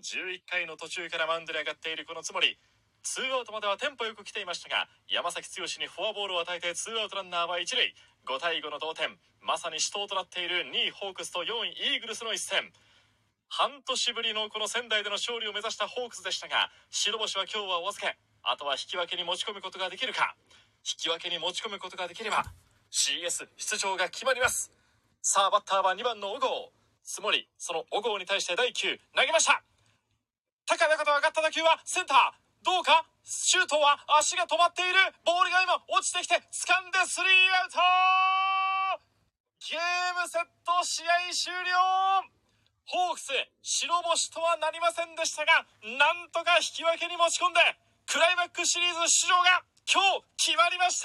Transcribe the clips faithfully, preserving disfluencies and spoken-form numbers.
じゅういっかいの途中からマウンドに上がっているこの津森、ツーアウトまではテンポよく来ていましたが、山崎剛にフォアボールを与えてツーアウトランナーは一塁。ごたいごの同点、まさに死闘となっているにいホークスとよんいイーグルスの一戦。半年ぶりのこの仙台での勝利を目指したホークスでしたが、白星は今日はお預け。あとは引き分けに持ち込むことができるか。引き分けに持ち込むことができれば シーエス 出場が決まります。さあバッターはにばんの小郷。津森、その小郷に対してだいいっ球投げました。高々と上がった打球はセンター、どうか。シュートは足が止まっている。ボールが今落ちてきて掴んでスリーアウト。ゲームセット、試合終了。ホークス白星とはなりませんでしたが、なんとか引き分けに持ち込んでクライマックスシリーズ出場が今日決まりました。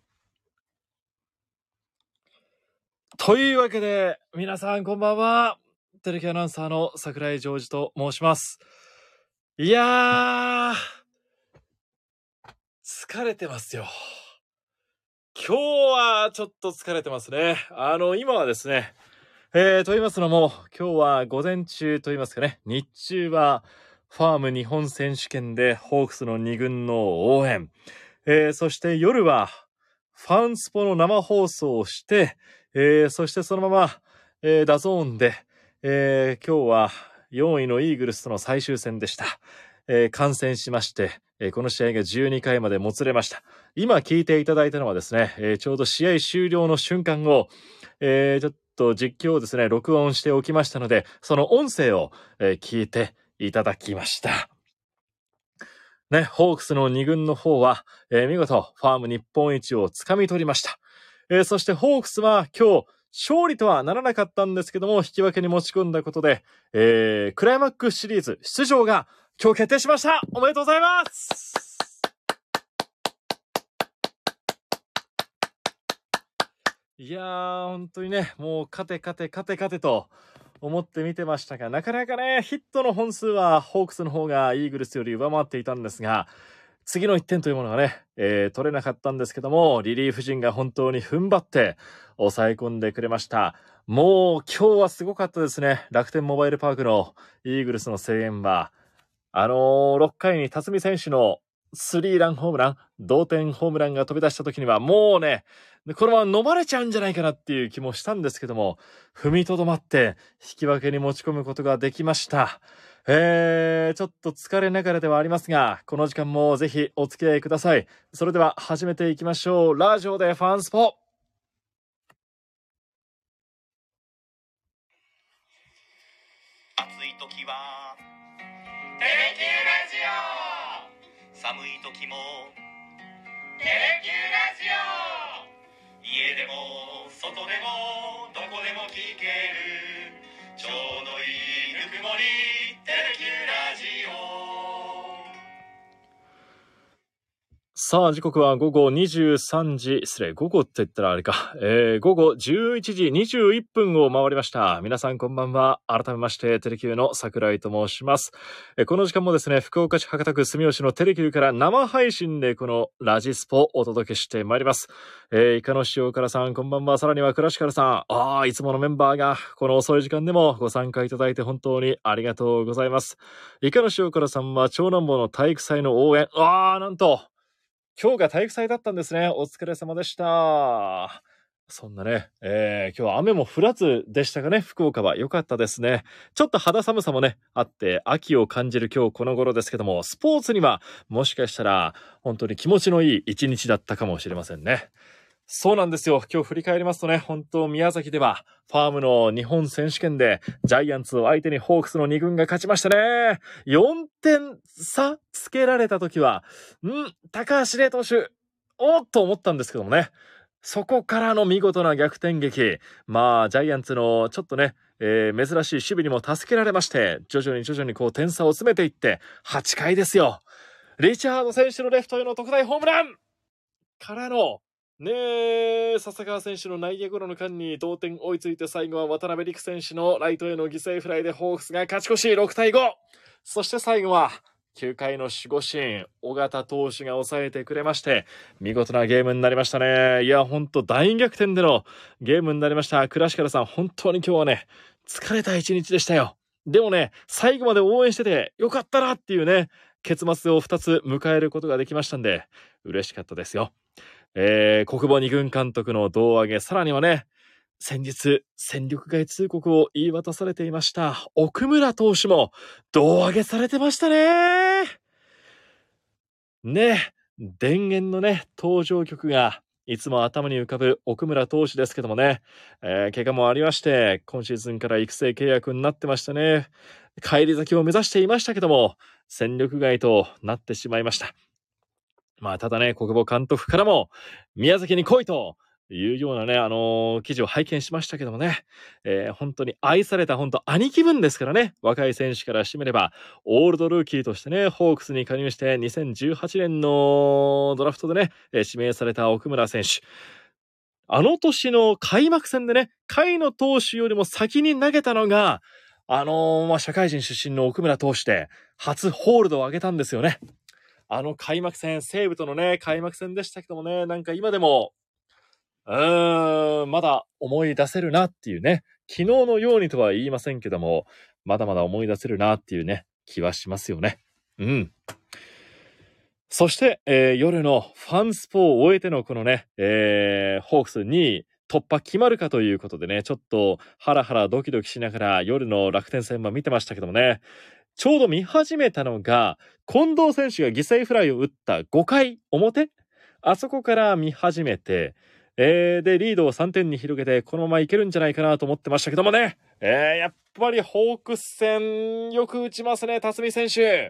というわけで皆さんこんばんは。テレビアナウンサーの櫻井ジョージと申します。いやー疲れてますよ。今日はちょっと疲れてますね。あの今はですね、えー、と言いますのも今日は午前中と言いますかね、日中はファーム日本選手権でホークスのに軍の応援、えー、そして夜はファンスポの生放送をして、えー、そしてそのまま、えー、ダゾーンで、えー、今日はよんいのイーグルスとの最終戦でした。えー、観戦しまして、えー、この試合がじゅうにかいまでもつれました。今聞いていただいたのはですね、えー、ちょうど試合終了の瞬間を、えー、ちょっと実況をですね録音しておきましたので、その音声を、えー、聞いていただきましたね。ホークスのに軍の方は、えー、見事ファーム日本一をつかみ取りました。えー、そしてホークスは今日勝利とはならなかったんですけども、引き分けに持ち込んだことで、えー、クライマックスシリーズ出場が今日決定しました。おめでとうございます。いやー本当にね、もう勝て勝て勝て勝てと思って見てましたが、なかなかねヒットの本数はホークスの方がイーグルスより上回っていたんですが、次のいってんというものがね、えー、取れなかったんですけども、リリーフ陣が本当に踏ん張って抑え込んでくれました。もう今日はすごかったですね。楽天モバイルパークのイーグルスの声援は、あのー、ろっかいに辰巳選手のスリーランホームラン、同点ホームランが飛び出した時にはもうね、このまま飲まれちゃうんじゃないかなっていう気もしたんですけども、踏みとどまって引き分けに持ち込むことができました。えー、ちょっと疲れながらではありますが、この時間もぜひお付き合いください。それでは始めていきましょう。ラジオでファンスポ。 暑い時はテレキューラジオ、寒い時もテレキューラジオ、家でも外でもどこでも聞けるちょうどいいぬくもり、テレキューラジオ。 さあ時刻は午後にじゅうさんじ、失礼、午後って言ったらあれか、えー、午後じゅういちじにじゅういっぷんを回りました。皆さんこんばんは。改めましてテレキューの櫻井と申します。えー、この時間もですね、福岡市博多区住吉のテレキューから生配信でこのラジスポをお届けしてまいります。えー、イカの塩辛さんこんばんは。さらにはクラシカルさん、ああいつものメンバーがこの遅い時間でもご参加いただいて本当にありがとうございます。イカの塩辛さんは長男坊の体育祭の応援、ああなんと今日が体育祭だったんですね。お疲れ様でした。そんなね、えー、今日は雨も降らずでしたかね、福岡は。良かったですね。ちょっと肌寒さもね、あって、秋を感じる今日この頃ですけども、スポーツにはもしかしたら本当に気持ちのいい一日だったかもしれませんね。そうなんですよ。今日振り返りますとね、本当宮崎ではファームの日本選手権でジャイアンツを相手にホークスのに軍が勝ちましたね。よんてん差つけられた時は、ん高橋礼投手、おっと思ったんですけどもね。そこからの見事な逆転劇。まあジャイアンツのちょっとね、えー、珍しい守備にも助けられまして、徐々に徐々にこう点差を詰めていってはちかいですよ。リチャード選手のレフトへの特大ホームランからのねえ、笹川選手の内野ゴロの間に同点追いついて、最後は渡辺陸選手のライトへの犠牲フライでホークスが勝ち越しろくたいご。そして最後はきゅうかいの守護神尾形投手が抑えてくれまして、見事なゲームになりましたね。いや本当大逆転でのゲームになりました。クラシカルさん本当に今日はね疲れた一日でしたよ。 でもね、最後まで応援しててよかったなっていうね、結末をふたつ迎えることができましたんで、嬉しかったですよ。えー、国母二軍監督の胴上げ、さらにはね、先日、戦力外通告を言い渡されていました、奥村投手も胴上げされてましたね。ね、電源のね、登場曲が、いつも頭に浮かぶ奥村投手ですけどもね、えー、怪我もありまして、今シーズンから育成契約になってましたね。返り咲きを目指していましたけども、戦力外となってしまいました。まあ、ただね、国母監督からも、宮崎に来いというようなね、あのー、記事を拝見しましたけどもね、えー、本当に愛された本当兄貴分ですからね、若い選手からしてみれば、オールドルーキーとしてね、ホークスに加入してにせんじゅうはちねんのドラフトでね、えー、指名された奥村選手。あの年の開幕戦でね、甲斐野投手よりも先に投げたのが、あのー、まあ、社会人出身の奥村投手で、初ホールドを上げたんですよね。あの開幕戦、西武とのね、開幕戦でしたけどもね、なんか今でも、うーん、まだ思い出せるなっていうね、昨日のようにとは言いませんけども、まだまだ思い出せるなっていうね、気はしますよね。うん。そして、えー、夜のファンスポを終えてのこのね、えー、ホークスにい突破決まるかということでね、ちょっとハラハラドキドキしながら夜の楽天戦も見てましたけどもね、ちょうど見始めたのが、近藤選手が犠牲フライを打ったごかい表、あそこから見始めて、えー、で、リードをさんてんに広げて、このままいけるんじゃないかなと思ってましたけどもね、えー、やっぱりホークス戦、よく打ちますね、辰巳選手。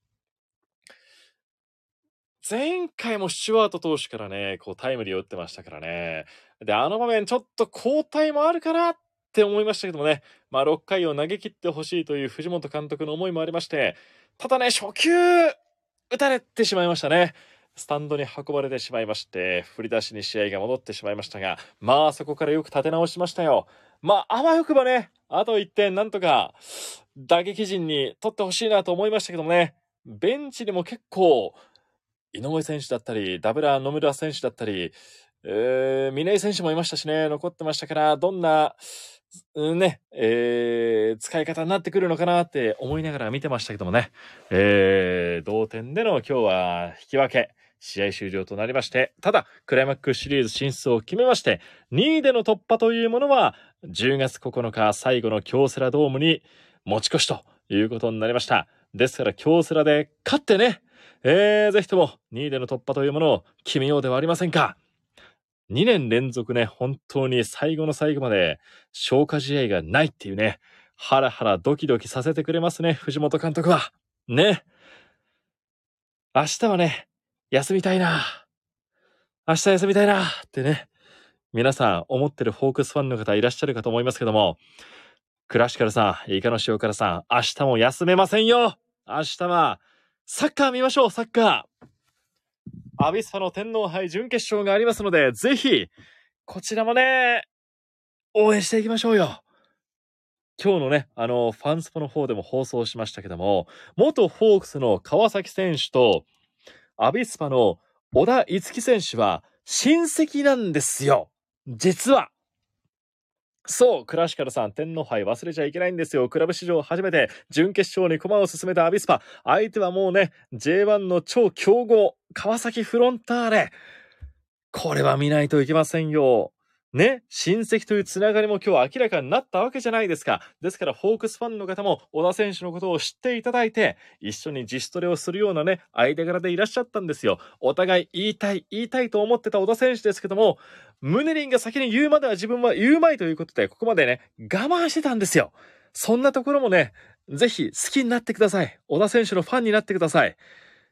前回もスチュワート投手からね、こうタイムリーを打ってましたからね。で、あの場面ちょっと交代もあるかなって思いましたけどもね、まあろっかいを投げ切ってほしいという藤本監督の思いもありまして、ただね、初球打たれてしまいましたね。スタンドに運ばれてしまいまして、振り出しに試合が戻ってしまいましたが、まあそこからよく立て直しましたよ。まああわよくばね、あといってんなんとか打撃陣に取ってほしいなと思いましたけどもね、ベンチにも結構井上選手だったり、ダブラー野村選手だったり、えー、峰井選手もいましたしね、残ってましたから、どんな、うん、ね、えー、使い方になってくるのかなって思いながら見てましたけどもね、えー、同点での今日は引き分け、試合終了となりまして、ただ、クライマックスシリーズ進出を決めまして、にいでの突破というものは、じゅうがつここのか最後の京セラドームに持ち越しということになりました。ですから、京セラで勝ってね、えー、ぜひともにいでの突破というものを決めようではありませんか。にねん連続ね、本当に最後の最後まで消化試合がないっていうね、ハラハラドキドキさせてくれますね、藤本監督は。ね。明日はね、休みたいな。明日休みたいなってね、皆さん思ってるホークスファンの方いらっしゃるかと思いますけども、クラシカルさん、イカの塩辛さん、明日も休めませんよ。明日はサッカー見ましょう、サッカー。アビスパの天皇杯準決勝がありますので、ぜひ、こちらもね、応援していきましょうよ。今日のね、あの、ファンスポの方でも放送しましたけども、元ホークスの川崎選手と、アビスパの小田樹選手は親戚なんですよ。実は。そう、クラシカルさん、天皇杯忘れちゃいけないんですよ。クラブ史上初めて準決勝に駒を進めたアビスパ。相手はもうね、ジェイワン の超強豪、川崎フロンターレ。これは見ないといけませんよ。ね、親戚というつながりも今日明らかになったわけじゃないですか。ですから、ホークスファンの方も小田選手のことを知っていただいて、一緒に自主トレをするようなね、間柄でいらっしゃったんですよ。お互い言いたい、言いたいと思ってた小田選手ですけども、ムネリンが先に言うまでは自分は言うまいということで、ここまでね、我慢してたんですよ。そんなところもね、ぜひ好きになってください。小田選手のファンになってください。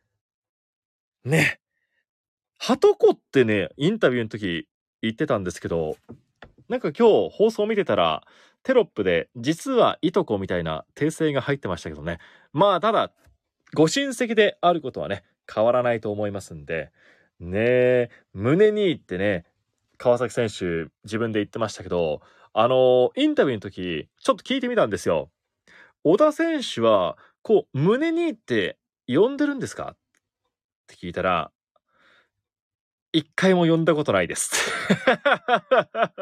ね。ハトコってね、インタビューの時言ってたんですけど、なんか今日放送見てたら、テロップで、実はいとこみたいな訂正が入ってましたけどね。まあ、ただ、ご親戚であることはね、変わらないと思いますんで、ねえ、胸にってね、川崎選手自分で言ってましたけど、あの、インタビューの時、ちょっと聞いてみたんですよ。小田選手は、こう、胸にって呼んでるんですかって聞いたら、一回も呼んだことないです。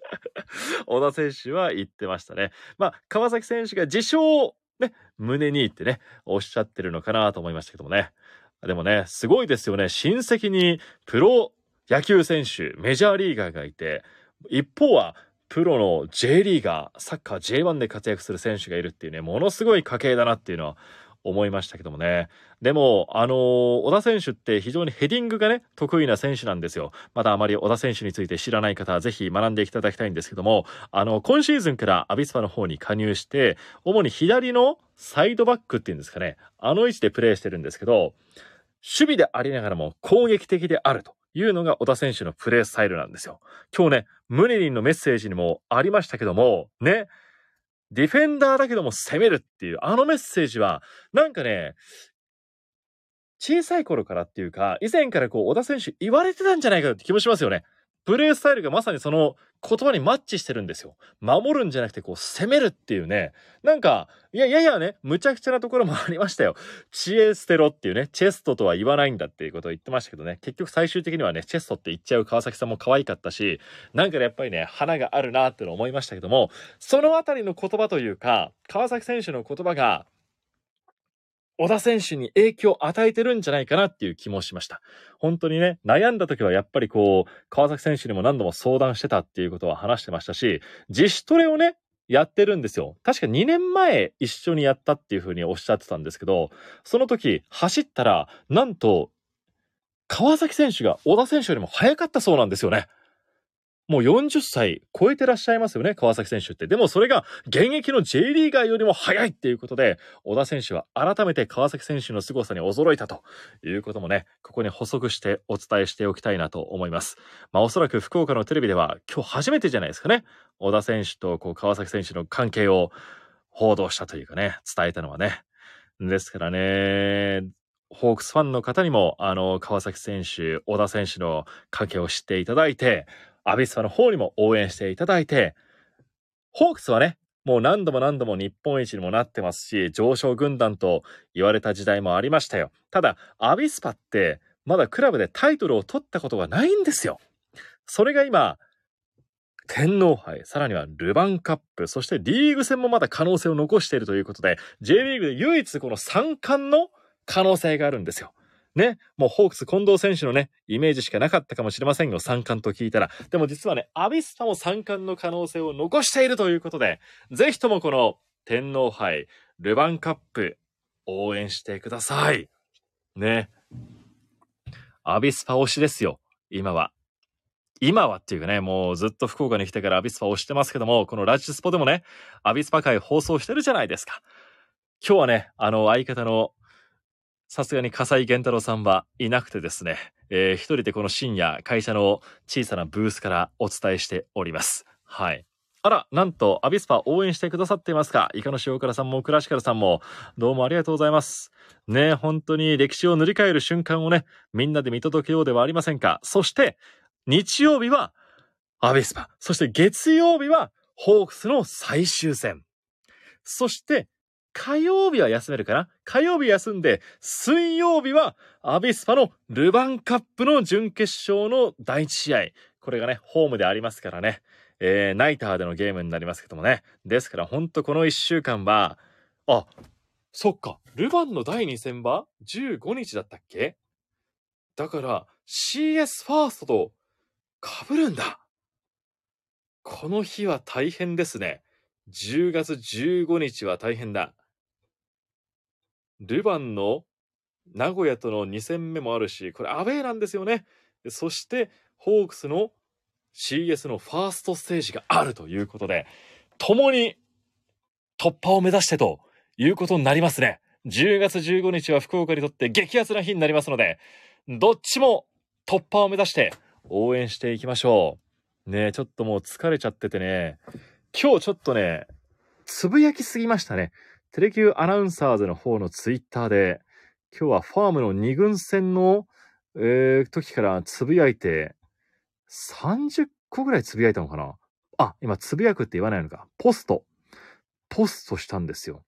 小田選手は言ってましたね。まあ、川崎選手が自称、ね、胸にってね、おっしゃってるのかなと思いましたけどもね。でもね、すごいですよね。親戚にプロ野球選手、メジャーリーガーがいて、一方はプロの J リーガー、サッカー ジェイワン で活躍する選手がいるっていうね、ものすごい家系だなっていうのは思いましたけどもね。でも、あのー、小田選手って非常にヘディングがね、得意な選手なんですよ。まだあまり小田選手について知らない方はぜひ学んでいただきたいんですけども、あの、今シーズンからアビスパの方に加入して、主に左のサイドバックっていうんですかね、あの位置でプレーしてるんですけど、守備でありながらも攻撃的であるというのが小田選手のプレースタイルなんですよ。今日ね、ムネリンのメッセージにもありましたけども、ね、ディフェンダーだけども攻めるっていう、あのメッセージは、なんかね、小さい頃からっていうか、以前からこう、小田選手言われてたんじゃないかって気もしますよね。プレースタイルがまさにその言葉にマッチしてるんですよ。守るんじゃなくてこう攻めるっていうね。なんか、いや、ややね、無茶苦茶なところもありましたよ。チエステロっていうね、チェストとは言わないんだっていうことを言ってましたけどね。結局最終的にはね、チェストって言っちゃう川崎さんも可愛かったし、なんかね、やっぱりね、花があるなっての思いましたけども、そのあたりの言葉というか、川崎選手の言葉が、小田選手に影響を与えてるんじゃないかなっていう気もしました。本当にね、悩んだ時はやっぱりこう、川崎選手にも何度も相談してたっていうことは話してましたし、自主トレをね、やってるんですよ。確かにねんまえ一緒にやったっていうふうにおっしゃってたんですけど、その時走ったら、なんと、川崎選手が小田選手よりも速かったそうなんですよね。もうよんじゅっさい超えてらっしゃいますよね、川崎選手って。でもそれが現役の J リーガーよりも速いっていうことで、小田選手は改めて川崎選手の凄さに驚いたということもね、ここに補足してお伝えしておきたいなと思います。まあおそらく福岡のテレビでは今日初めてじゃないですかね。小田選手とこう川崎選手の関係を報道したというかね、伝えたのはね。ですからね、ホークスファンの方にも、あの、川崎選手、小田選手の関係を知っていただいて、アビスパの方にも応援していただいて、ホークスはね、もう何度も何度も日本一にもなってますし、上昇軍団と言われた時代もありましたよ。ただ、アビスパってまだクラブでタイトルを取ったことがないんですよ。それが今、天皇杯、さらにはルヴァンカップ、そしてリーグ戦もまだ可能性を残しているということで、J リーグで唯一この三冠の可能性があるんですよ。ね、もうホークス近藤選手のね、イメージしかなかったかもしれませんよ、三冠と聞いたら。でも実はね、アビスパも三冠の可能性を残しているということで、ぜひともこの天皇杯、ルヴァンカップ、応援してください。ね。アビスパ推しですよ、今は。今はっていうかね、もうずっと福岡に来てからアビスパをしてますけども、このラジスポでもね、アビスパ会放送してるじゃないですか。今日はね、あの相方のさすがに笠井源太郎さんはいなくてですね、えー、一人でこの深夜会社の小さなブースからお伝えしております。はい。あら、なんとアビスパ応援してくださっていますか。イカの塩辛さんもクラシカルさんもどうもありがとうございます。ね、本当に歴史を塗り替える瞬間をね、みんなで見届けようではありませんか。そして日曜日はアビスパ、そして月曜日はホークスの最終戦。そして火曜日は休めるかな。火曜日休んで、水曜日はアビスパのルヴァンカップの準決勝のだいいち試合。これがね、ホームでありますからね。えー、ナイターでのゲームになりますけどもね。ですからほんとこのいっしゅうかんは、あ、そっか、ルヴァンのだいに戦はじゅうごにちだったっけ？だから シーエス ファーストと被るんだ。この日は大変ですね。じゅうがつじゅうごにちは大変だ。ルヴァンの名古屋とのに戦目もあるし、これアウェーなんですよね。そしてホークスの シーエス のファーストステージがあるということで、共に突破を目指してということになりますね。じゅうがつじゅうごにちは福岡にとって激アツな日になりますので、どっちも突破を目指して応援していきましょう。ねえ、ちょっともう疲れちゃっててね、今日ちょっとね、つぶやきすぎましたね。テレキューアナウンサーズの方のツイッターで、今日はファームのに軍戦の、えー、時からつぶやいて、さんじゅっこぐらいつぶやいたのかな。あ、今つぶやくって言わないのか。ポスト。ポストしたんですよ。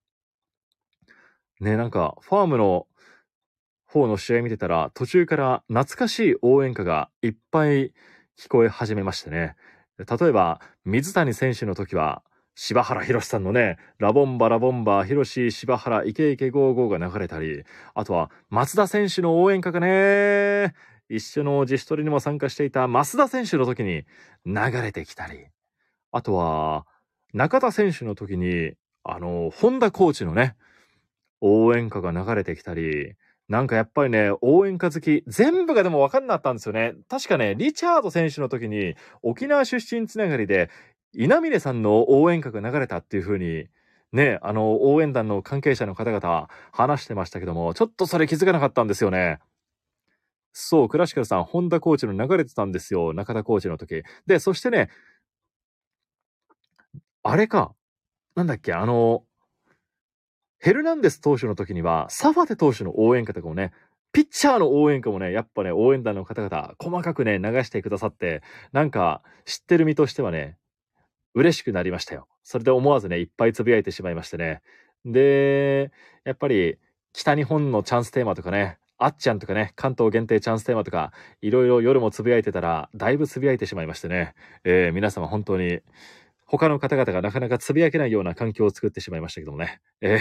ね、なんか、ファームの方の試合見てたら、途中から懐かしい応援歌がいっぱい聞こえ始めましてね。 例えば、水谷選手の時は、柴原博さんのね、ラボンバラボンバ、広し、柴原、イケイケゴーゴーが流れたり、あとは、松田選手の応援歌がね、一緒の自主トレにも参加していた増田選手の時に流れてきたり、あとは、中田選手の時に、あの、本田コーチのね、応援歌が流れてきたり、なんかやっぱりね、応援歌好き、全部がでも分かんなかったんですよね。確かね、リチャード選手の時に、沖縄出身つながりで、稲峰さんの応援歌が流れたっていう風に、ね、あの、応援団の関係者の方々話してましたけども、ちょっとそれ気づかなかったんですよね。そう、クラシカルさん、本田コーチの流れてたんですよ、中田コーチの時。で、そしてね、あれか、なんだっけ、あの、ヘルナンデス投手の時には、サファテ投手の応援歌とかもね、ピッチャーの応援歌もね、やっぱね、応援団の方々、細かくね、流してくださって、なんか、知ってる身としてはね、嬉しくなりましたよ。それで思わずね、いっぱいつぶやいてしまいましてね。で、やっぱり、北日本のチャンステーマとかね、あっちゃんとかね、関東限定チャンステーマとか、いろいろ夜もつぶやいてたら、だいぶつぶやいてしまいましてね。えー、皆様本当に、他の方々がなかなかつぶやけないような環境を作ってしまいましたけどもね。えー、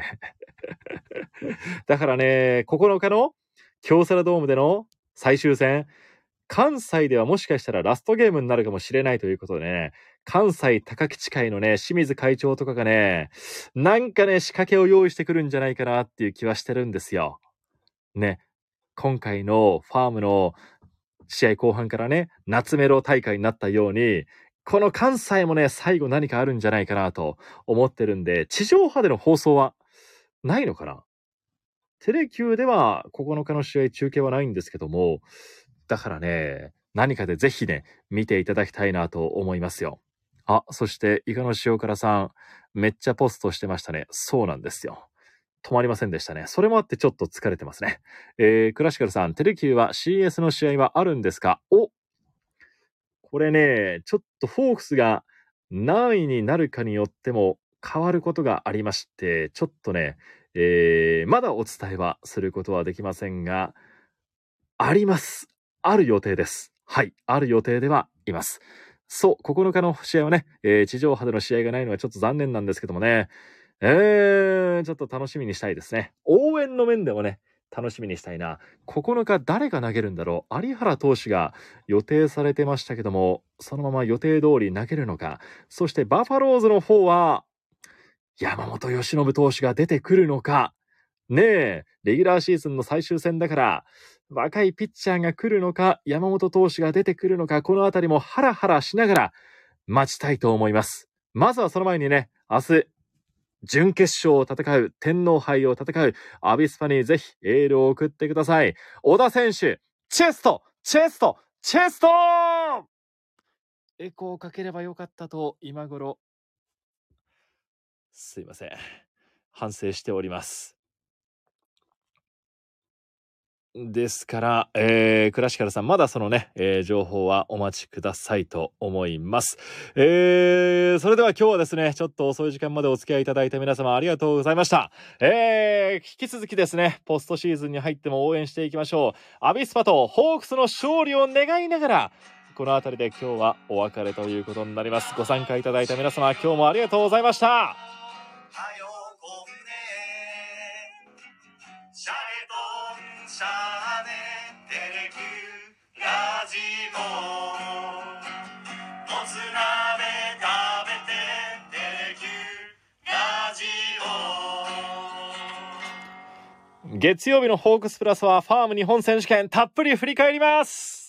だからね、ここのかの京セラドームでの最終戦、関西ではもしかしたらラストゲームになるかもしれないということでね、関西高吉会のね、清水会長とかがね、なんかね、仕掛けを用意してくるんじゃないかなっていう気はしてるんですよ。ね、今回のファームの試合後半からね、夏メロ大会になったように、この関西もね、最後何かあるんじゃないかなと思ってるんで、地上波での放送はないのかな？テレキューではここのかの試合中継はないんですけども、だからね、何かでぜひね、見ていただきたいなと思いますよ。あ、そしてイカの塩辛さん、めっちゃポストしてましたね。そうなんですよ。止まりませんでしたね。それもあってちょっと疲れてますね。えー、クラシカルさん、テレキューは シーエス の試合はあるんですか？お、これね、ちょっとフォークスが何位になるかによっても変わることがありまして、ちょっとね、えー、まだお伝えはすることはできませんが、あります。ある予定です。はい、ある予定ではいます。そう、ここのかの試合はね、えー、地上波での試合がないのはちょっと残念なんですけどもね、えー、ちょっと楽しみにしたいですね。応援の面でもね、楽しみにしたいな。ここのか誰が投げるんだろう。有原投手が予定されてましたけども、そのまま予定通り投げるのか。そしてバファローズの方は、山本由伸投手が出てくるのか。ねえ、レギュラーシーズンの最終戦だから、若いピッチャーが来るのか、山本投手が出てくるのか、このあたりもハラハラしながら待ちたいと思います。まずはその前にね、明日、準決勝を戦う、天皇杯を戦う、アビスパにぜひエールを送ってください。小田選手、チェスト、チェスト、チェストエコーをかければよかったと、今頃、すいません。反省しております。ですから、えー、クラシカルさん、まだそのね、えー、情報はお待ちくださいと思います。えー、それでは今日はですね、ちょっと遅い時間までお付き合いいただいた皆様ありがとうございました。えー、引き続きですね、ポストシーズンに入っても応援していきましょう。アビスパとホークスの勝利を願いながら、この辺りで今日はお別れということになります。ご参加いただいた皆様、今日もありがとうございました。シャレとシャーネテレキューラジオもつ鍋食べてテレキューラジオ。月曜日のホークスプラスはファーム日本選手権たっぷり振り返ります。